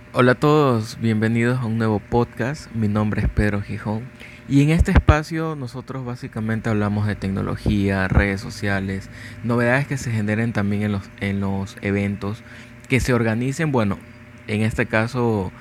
Hola a todos, bienvenidos a un nuevo podcast. Mi nombre es Pedro Gijón y en este espacio nosotros básicamente hablamos de tecnología, redes sociales, novedades que se generen también en los eventos que se organicen, bueno, en este caso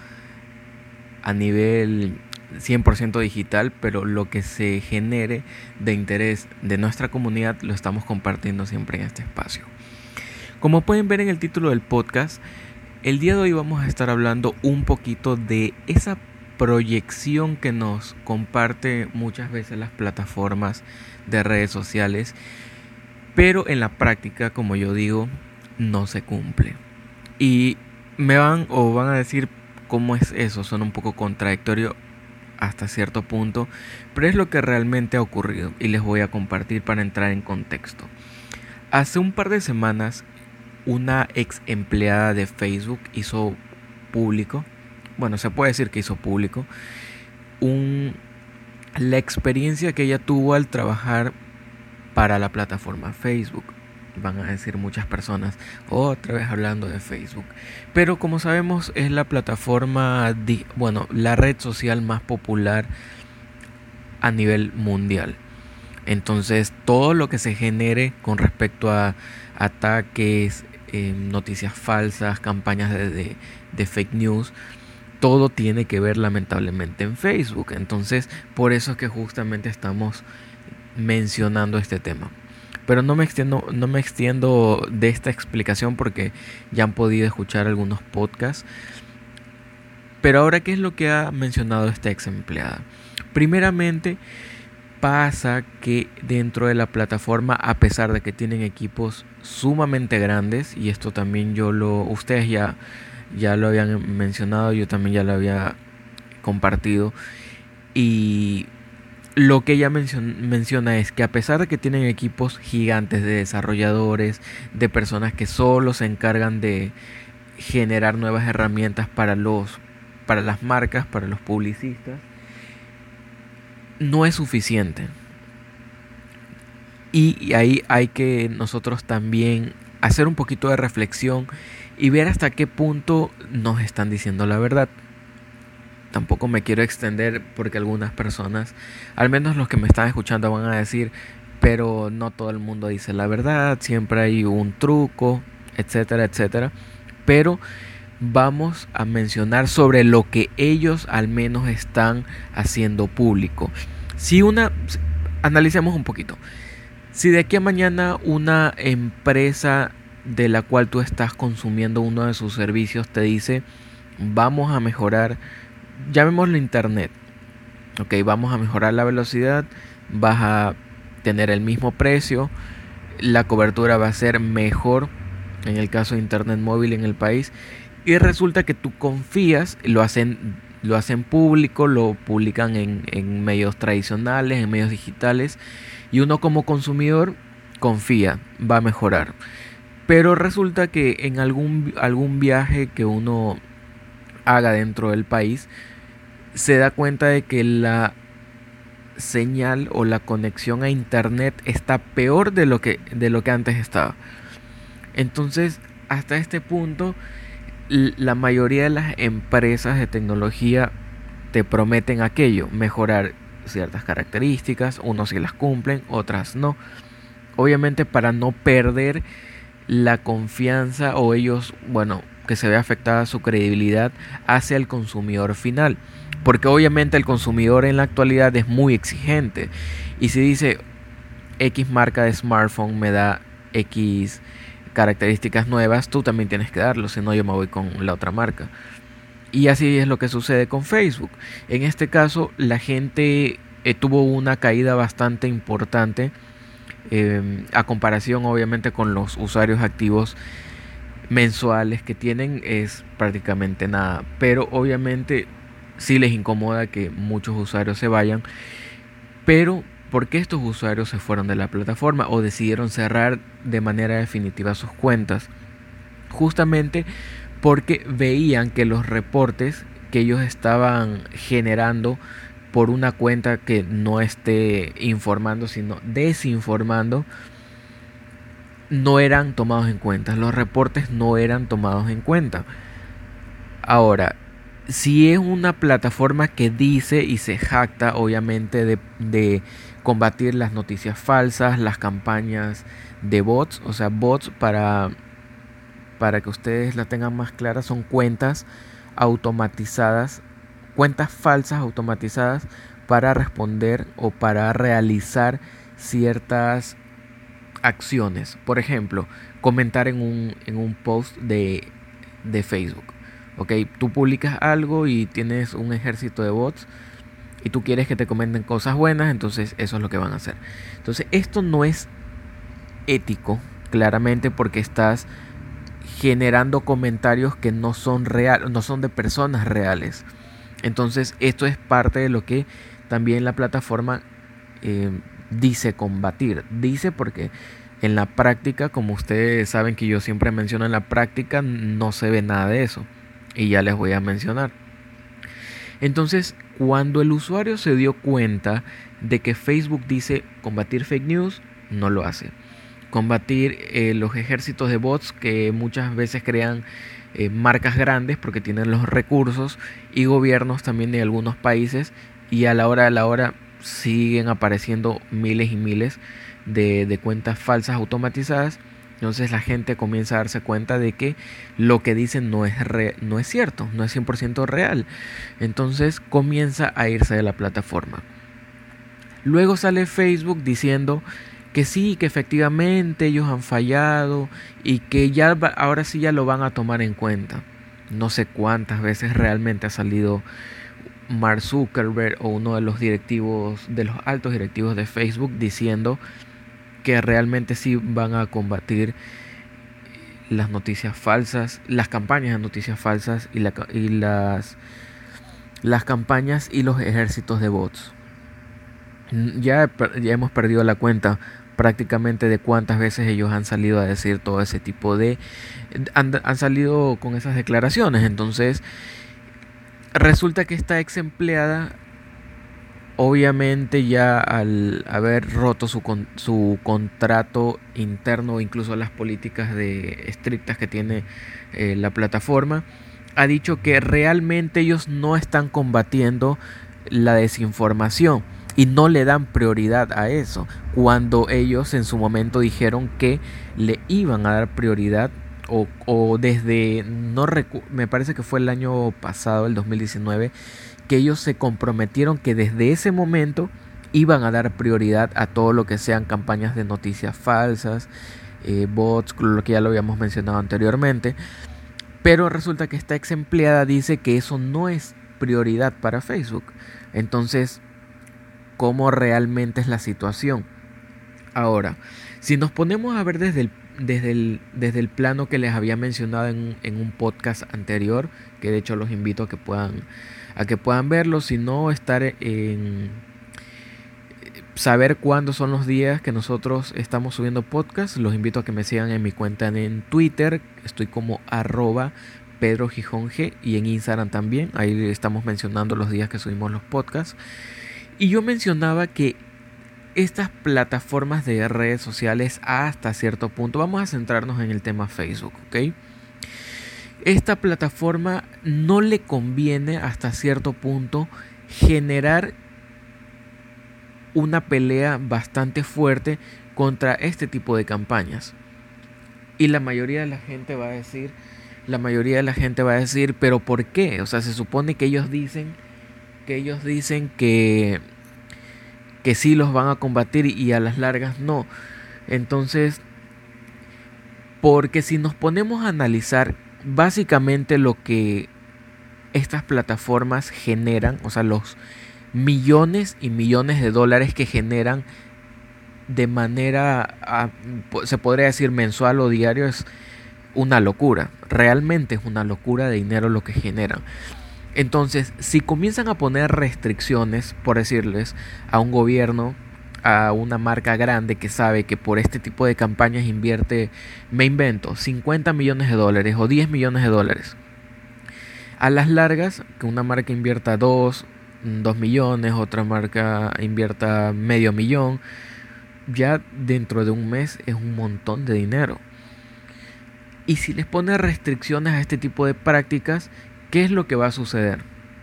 a nivel 100% digital, pero lo que se genere de interés de nuestra comunidad lo estamos compartiendo siempre en este espacio. Como pueden ver en el título del podcast, el día de hoy vamos a estar hablando un poquito de esa proyección que nos comparte muchas veces las plataformas de redes sociales, pero en la práctica, como yo digo, no se cumple. Y me van a decir cómo es eso, suena un poco contradictorio hasta cierto punto, pero es lo que realmente ha ocurrido y les voy a compartir para entrar en contexto. Hace un par de semanas una ex empleada de Facebook hizo público, bueno, se puede decir que hizo público, un, la experiencia que ella tuvo al trabajar para la plataforma Facebook. Van a decir muchas personas, otra vez hablando de Facebook. Pero como sabemos es la plataforma, bueno, la red social más popular a nivel mundial. Entonces todo lo que se genere con respecto a ataques, noticias falsas, campañas de fake news, todo tiene que ver lamentablemente en Facebook. Entonces por eso es que justamente estamos mencionando este tema. Pero no me extiendo de esta explicación porque ya han podido escuchar algunos podcasts. Pero ahora, ¿qué es lo que ha mencionado esta ex empleada? Primeramente, pasa que dentro de la plataforma, a pesar de que tienen equipos sumamente grandes, y esto también ustedes ya lo habían mencionado, yo también ya lo había compartido, y lo que ella menciona es que a pesar de que tienen equipos gigantes de desarrolladores, de personas que solo se encargan de generar nuevas herramientas para las marcas, para los publicistas, no es suficiente. Y ahí hay que nosotros también hacer un poquito de reflexión y ver hasta qué punto nos están diciendo la verdad. Tampoco me quiero extender porque algunas personas, al menos los que me están escuchando, van a decir, pero no todo el mundo dice la verdad, siempre hay un truco, etcétera, etcétera. Pero vamos a mencionar sobre lo que ellos al menos están haciendo público. Si una, analicemos un poquito. Si de aquí a mañana una empresa de la cual tú estás consumiendo uno de sus servicios te dice, vamos a mejorar, llamémoslo internet, ok, vamos a mejorar la velocidad, vas a tener el mismo precio, la cobertura va a ser mejor en el caso de internet móvil en el país, y resulta que tú confías, lo hacen público, lo publican en medios tradicionales, en medios digitales, y uno como consumidor confía, va a mejorar. Pero resulta que en algún viaje que uno haga dentro del país, se da cuenta de que la señal o la conexión a internet está peor de lo que antes estaba. Entonces, hasta este punto, la mayoría de las empresas de tecnología te prometen aquello, mejorar ciertas características, unos sí las cumplen, otras no. Obviamente para no perder la confianza o ellos, bueno, que se ve afectada su credibilidad hacia el consumidor final. Porque obviamente el consumidor en la actualidad es muy exigente. Y si dice X marca de smartphone me da X características nuevas, tú también tienes que darlo, si no yo me voy con la otra marca. Y así es lo que sucede con Facebook. En este caso, la gente tuvo una caída bastante importante a comparación obviamente con los usuarios activos mensuales que tienen, es prácticamente nada. Pero obviamente sí les incomoda que muchos usuarios se vayan. Pero ¿por qué estos usuarios se fueron de la plataforma o decidieron cerrar de manera definitiva sus cuentas? Justamente porque veían que los reportes que ellos estaban generando por una cuenta que no esté informando sino desinformando no eran tomados en cuenta, los reportes no eran tomados en cuenta. Ahora, si es una plataforma que dice y se jacta, obviamente, de combatir las noticias falsas, las campañas de bots, o sea, bots para que ustedes la tengan más clara, son cuentas automatizadas, cuentas falsas automatizadas para responder o para realizar ciertas acciones. Por ejemplo, comentar en un post de Facebook. Ok, tú publicas algo y tienes un ejército de bots y tú quieres que te comenten cosas buenas, entonces eso es lo que van a hacer. Entonces esto no es ético, claramente, porque estás generando comentarios que no son reales, no son de personas reales. Entonces esto es parte de lo que también la plataforma eh, dice combatir. Dice porque en la práctica, como ustedes saben que yo siempre menciono, en la práctica no se ve nada de eso. Y ya les voy a mencionar. Entonces, cuando el usuario se dio cuenta de que Facebook dice combatir fake news, no lo hace. Combatir los ejércitos de bots que muchas veces crean marcas grandes porque tienen los recursos, y gobiernos también de algunos países, y a la hora de la hora siguen apareciendo miles y miles de cuentas falsas automatizadas. Entonces la gente comienza a darse cuenta de que lo que dicen no es cierto, no es 100% real. Entonces comienza a irse de la plataforma. Luego sale Facebook diciendo que sí, que efectivamente ellos han fallado y que ya ahora sí ya lo van a tomar en cuenta. No sé cuántas veces realmente ha salido Mark Zuckerberg o uno de los directivos, de los altos directivos de Facebook, diciendo que realmente sí van a combatir las noticias falsas, las campañas de noticias falsas y las campañas y los ejércitos de bots. Ya hemos perdido la cuenta prácticamente de cuántas veces ellos han salido a decir todo ese tipo de... Han salido con esas declaraciones. Entonces resulta que esta ex empleada, obviamente ya al haber roto su contrato interno, incluso las políticas estrictas que tiene la plataforma, ha dicho que realmente ellos no están combatiendo la desinformación y no le dan prioridad a eso, cuando ellos en su momento dijeron que le iban a dar prioridad, o desde, no me parece que fue el año pasado, el 2019, que ellos se comprometieron que desde ese momento iban a dar prioridad a todo lo que sean campañas de noticias falsas, bots, lo que ya lo habíamos mencionado anteriormente. Pero resulta que esta ex empleada dice que eso no es prioridad para Facebook. Entonces, ¿cómo realmente es la situación? Ahora, si nos ponemos a ver desde el plano que les había mencionado en un podcast anterior, que de hecho los invito a que puedan verlo, si no estar en saber cuándo son los días que nosotros estamos subiendo podcast, los invito a que me sigan en mi cuenta en Twitter, estoy como @PedroGijonG, y en Instagram también, ahí estamos mencionando los días que subimos los podcasts. Y yo mencionaba que estas plataformas de redes sociales, hasta cierto punto, vamos a centrarnos en el tema Facebook, ¿ok? Esta plataforma no le conviene hasta cierto punto generar una pelea bastante fuerte contra este tipo de campañas. Y la mayoría de la gente va a decir, pero ¿por qué? O sea, se supone que ellos dicen que sí los van a combatir y a las largas no. Entonces, porque si nos ponemos a analizar básicamente lo que estas plataformas generan, o sea, los millones y millones de dólares que generan de manera, se podría decir mensual o diario, es una locura. Realmente es una locura de dinero lo que generan. Entonces, si comienzan a poner restricciones, por decirles, a un gobierno, a una marca grande que sabe que por este tipo de campañas invierte, me invento, 50 millones de dólares o 10 millones de dólares. A las largas, que una marca invierta 2 millones, otra marca invierta medio millón, ya dentro de un mes es un montón de dinero. Y si les pone restricciones a este tipo de prácticas, ¿Qué es lo que va a suceder?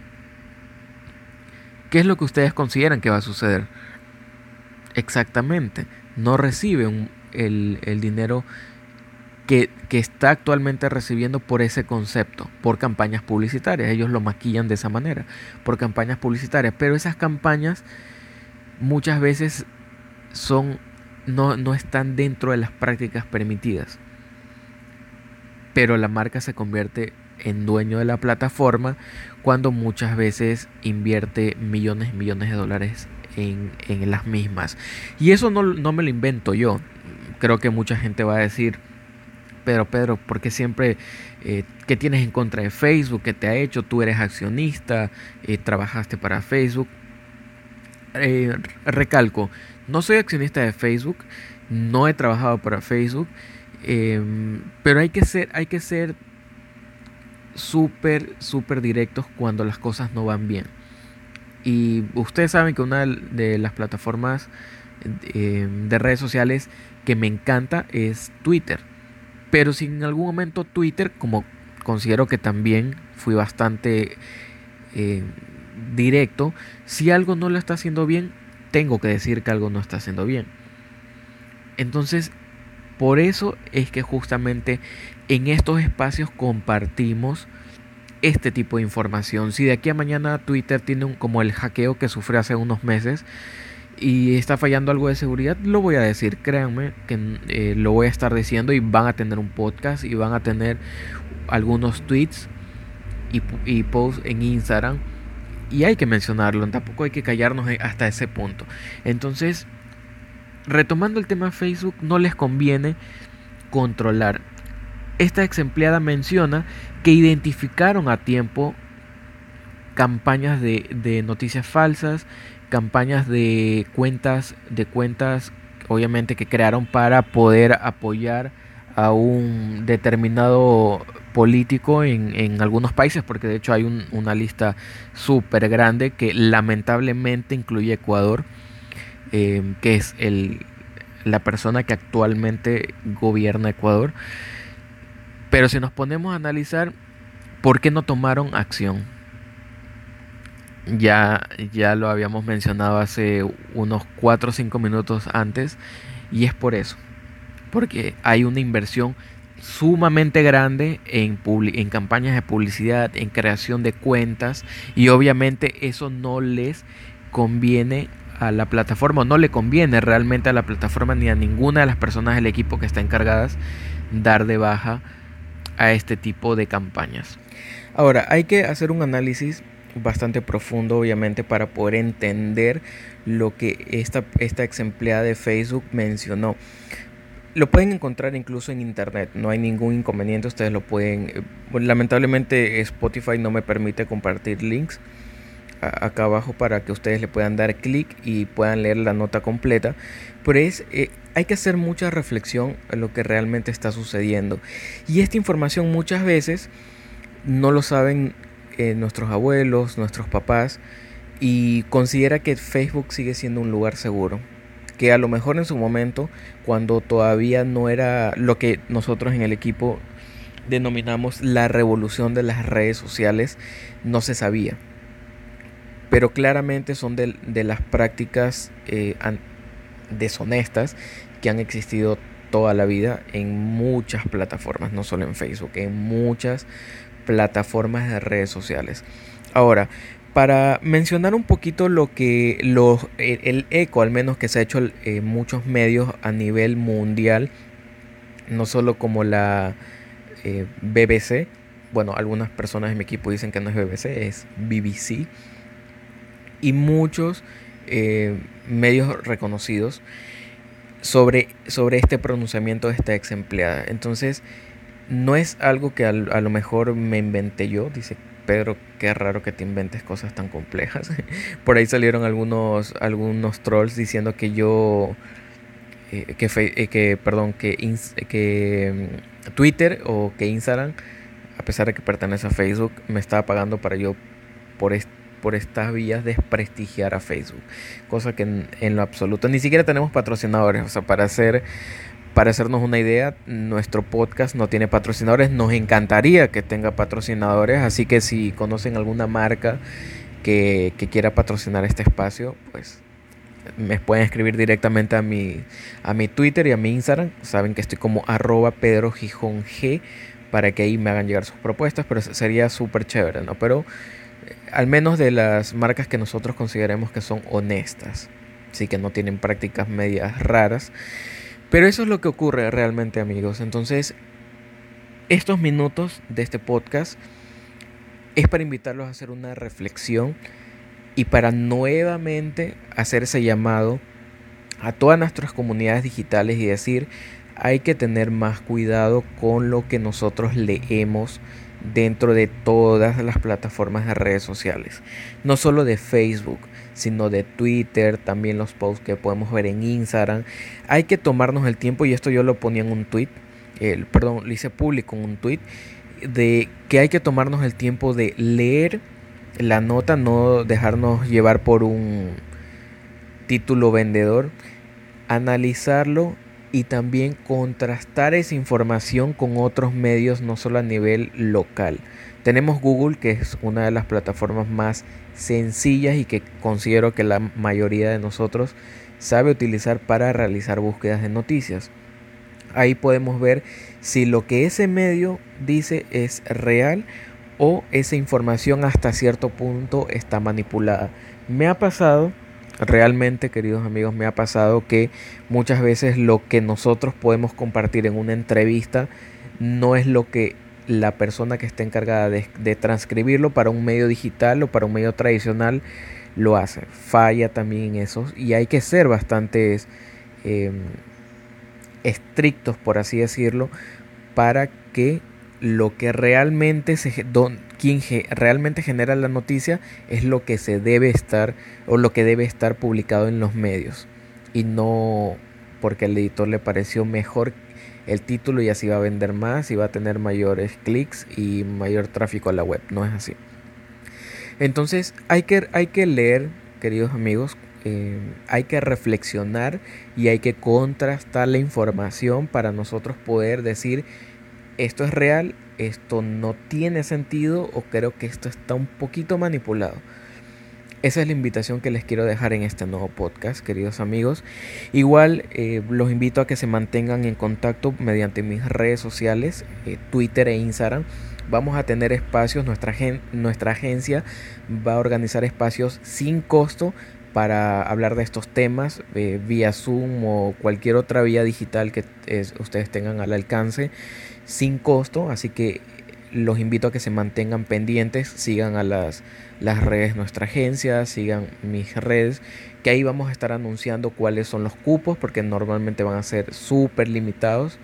¿Qué es lo que ustedes consideran que va a suceder? Exactamente, no recibe el dinero que está actualmente recibiendo por ese concepto, por campañas publicitarias. Ellos lo maquillan de esa manera, por campañas publicitarias. Pero esas campañas muchas veces son, no están dentro de las prácticas permitidas. Pero la marca se convierte en dueño de la plataforma cuando muchas veces invierte millones y millones de dólares en las mismas. Y eso no me lo invento yo. Creo que mucha gente va a decir, Pedro, ¿por qué siempre, qué tienes en contra de Facebook? ¿Qué te ha hecho? Tú eres accionista, trabajaste para Facebook. Recalco, no soy accionista de Facebook, no he trabajado para Facebook, pero hay que ser súper directos cuando las cosas no van bien. Y ustedes saben que una de las plataformas de redes sociales que me encanta es Twitter. Pero si en algún momento Twitter, como considero que también fui bastante eh, directo, si algo no lo está haciendo bien, tengo que decir que algo no está haciendo bien. Entonces, por eso es que justamente en estos espacios compartimos este tipo de información. Si de aquí a mañana Twitter tiene como el hackeo que sufrió hace unos meses y está fallando algo de seguridad, lo voy a decir, créanme que lo voy a estar diciendo, y van a tener un podcast y van a tener algunos tweets y posts en Instagram, y hay que mencionarlo, tampoco hay que callarnos hasta ese punto. Entonces, retomando el tema Facebook, no les conviene controlar. Esta ex empleada menciona que identificaron a tiempo campañas de noticias falsas, campañas de cuentas obviamente que crearon para poder apoyar a un determinado político en algunos países, porque de hecho hay una lista súper grande que lamentablemente incluye Ecuador, que es la persona que actualmente gobierna Ecuador. Pero si nos ponemos a analizar, ¿por qué no tomaron acción? Ya lo habíamos mencionado hace unos 4 o 5 minutos antes, y es por eso, porque hay una inversión sumamente grande en campañas de publicidad, en creación de cuentas, y obviamente eso no les conviene a la plataforma, no le conviene realmente a la plataforma ni a ninguna de las personas del equipo que está encargadas dar de baja a este tipo de campañas. Ahora, hay que hacer un análisis bastante profundo, obviamente, para poder entender lo que esta ex empleada de Facebook mencionó. Lo pueden encontrar incluso en internet, no hay ningún inconveniente, ustedes lo pueden. Lamentablemente Spotify no me permite compartir links acá abajo para que ustedes le puedan dar clic y puedan leer la nota completa, pero hay que hacer mucha reflexión a lo que realmente está sucediendo, y esta información muchas veces no lo saben nuestros abuelos, nuestros papás, y considera que Facebook sigue siendo un lugar seguro, que a lo mejor en su momento, cuando todavía no era lo que nosotros en el equipo denominamos la revolución de las redes sociales, no se sabía. Pero claramente son de las prácticas deshonestas que han existido toda la vida en muchas plataformas, no solo en Facebook, en muchas plataformas de redes sociales. Ahora, para mencionar un poquito el eco al menos que se ha hecho en muchos medios a nivel mundial, no solo como la BBC, bueno, algunas personas de mi equipo dicen que no es BBC, es BBC, y muchos medios reconocidos sobre este pronunciamiento de esta ex empleada. Entonces, no es algo que a lo mejor me inventé yo, dice Pedro, qué raro que te inventes cosas tan complejas. Por ahí salieron algunos trolls diciendo que yo, que Twitter o que Instagram, a pesar de que pertenece a Facebook, me estaba pagando para yo por estas vías desprestigiar a Facebook, cosa que en lo absoluto, ni siquiera tenemos patrocinadores, o sea, Para hacernos una idea, nuestro podcast no tiene patrocinadores. Nos encantaría que tenga patrocinadores, así que si conocen alguna marca que quiera patrocinar este espacio, pues me pueden escribir directamente a mi Twitter y a mi Instagram. Saben que estoy como @PedroGijonG, para que ahí me hagan llegar sus propuestas, pero sería súper chévere, ¿no? Pero al menos de las marcas que nosotros consideremos que son honestas, sí, que no tienen prácticas medias raras. Pero eso es lo que ocurre realmente, amigos. Entonces, estos minutos de este podcast es para invitarlos a hacer una reflexión y para nuevamente hacer ese llamado a todas nuestras comunidades digitales y decir, hay que tener más cuidado con lo que nosotros leemos dentro de todas las plataformas de redes sociales. No solo de Facebook, sino de Twitter, también los posts que podemos ver en Instagram. Hay que tomarnos el tiempo, y esto yo lo ponía en un tweet, lo hice público en un tweet, de que hay que tomarnos el tiempo de leer la nota, no dejarnos llevar por un título vendedor, analizarlo y también contrastar esa información con otros medios, no solo a nivel local. Tenemos Google, que es una de las plataformas más sencillas y que considero que la mayoría de nosotros sabe utilizar para realizar búsquedas de noticias. Ahí podemos ver si lo que ese medio dice es real o esa información hasta cierto punto está manipulada. Me ha pasado, realmente, queridos amigos, me ha pasado que muchas veces lo que nosotros podemos compartir en una entrevista no es lo que la persona que está encargada de transcribirlo para un medio digital o para un medio tradicional lo hace. Falla también en eso, y hay que ser bastantes estrictos, por así decirlo, para que lo que realmente realmente genera la noticia es lo que se debe estar, o lo que debe estar publicado en los medios, y no porque al editor le pareció mejor el título y así va a vender más y va a tener mayores clics y mayor tráfico a la web. No es así. Entonces hay que leer, queridos amigos, hay que reflexionar y hay que contrastar la información para nosotros poder decir, esto es real, esto no tiene sentido, o creo que esto está un poquito manipulado. Esa es la invitación que les quiero dejar en este nuevo podcast, queridos amigos. Igual los invito a que se mantengan en contacto mediante mis redes sociales, Twitter e Instagram. Vamos a tener espacios, nuestra agencia va a organizar espacios sin costo para hablar de estos temas vía Zoom o cualquier otra vía digital que ustedes tengan al alcance, sin costo. Así que los invito a que se mantengan pendientes, sigan a las redes de nuestra agencia, sigan mis redes, que ahí vamos a estar anunciando cuáles son los cupos, porque normalmente van a ser súper limitados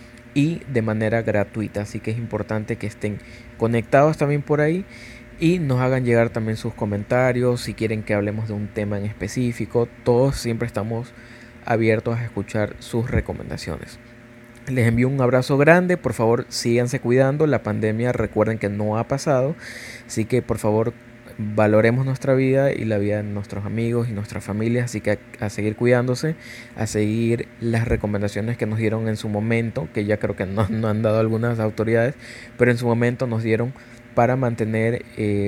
y de manera gratuita. Así que es importante que estén conectados también por ahí y nos hagan llegar también sus comentarios, si quieren que hablemos de un tema en específico. Todos siempre estamos abiertos a escuchar sus recomendaciones. Les envío un abrazo grande, por favor síganse cuidando, la pandemia recuerden que no ha pasado, así que por favor valoremos nuestra vida y la vida de nuestros amigos y nuestras familias, así que a seguir cuidándose, a seguir las recomendaciones que nos dieron en su momento, que ya creo que no han dado algunas autoridades, pero en su momento nos dieron para mantener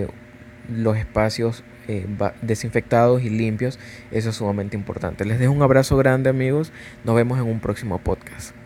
los espacios desinfectados y limpios. Eso es sumamente importante. Les dejo un abrazo grande, amigos, nos vemos en un próximo podcast.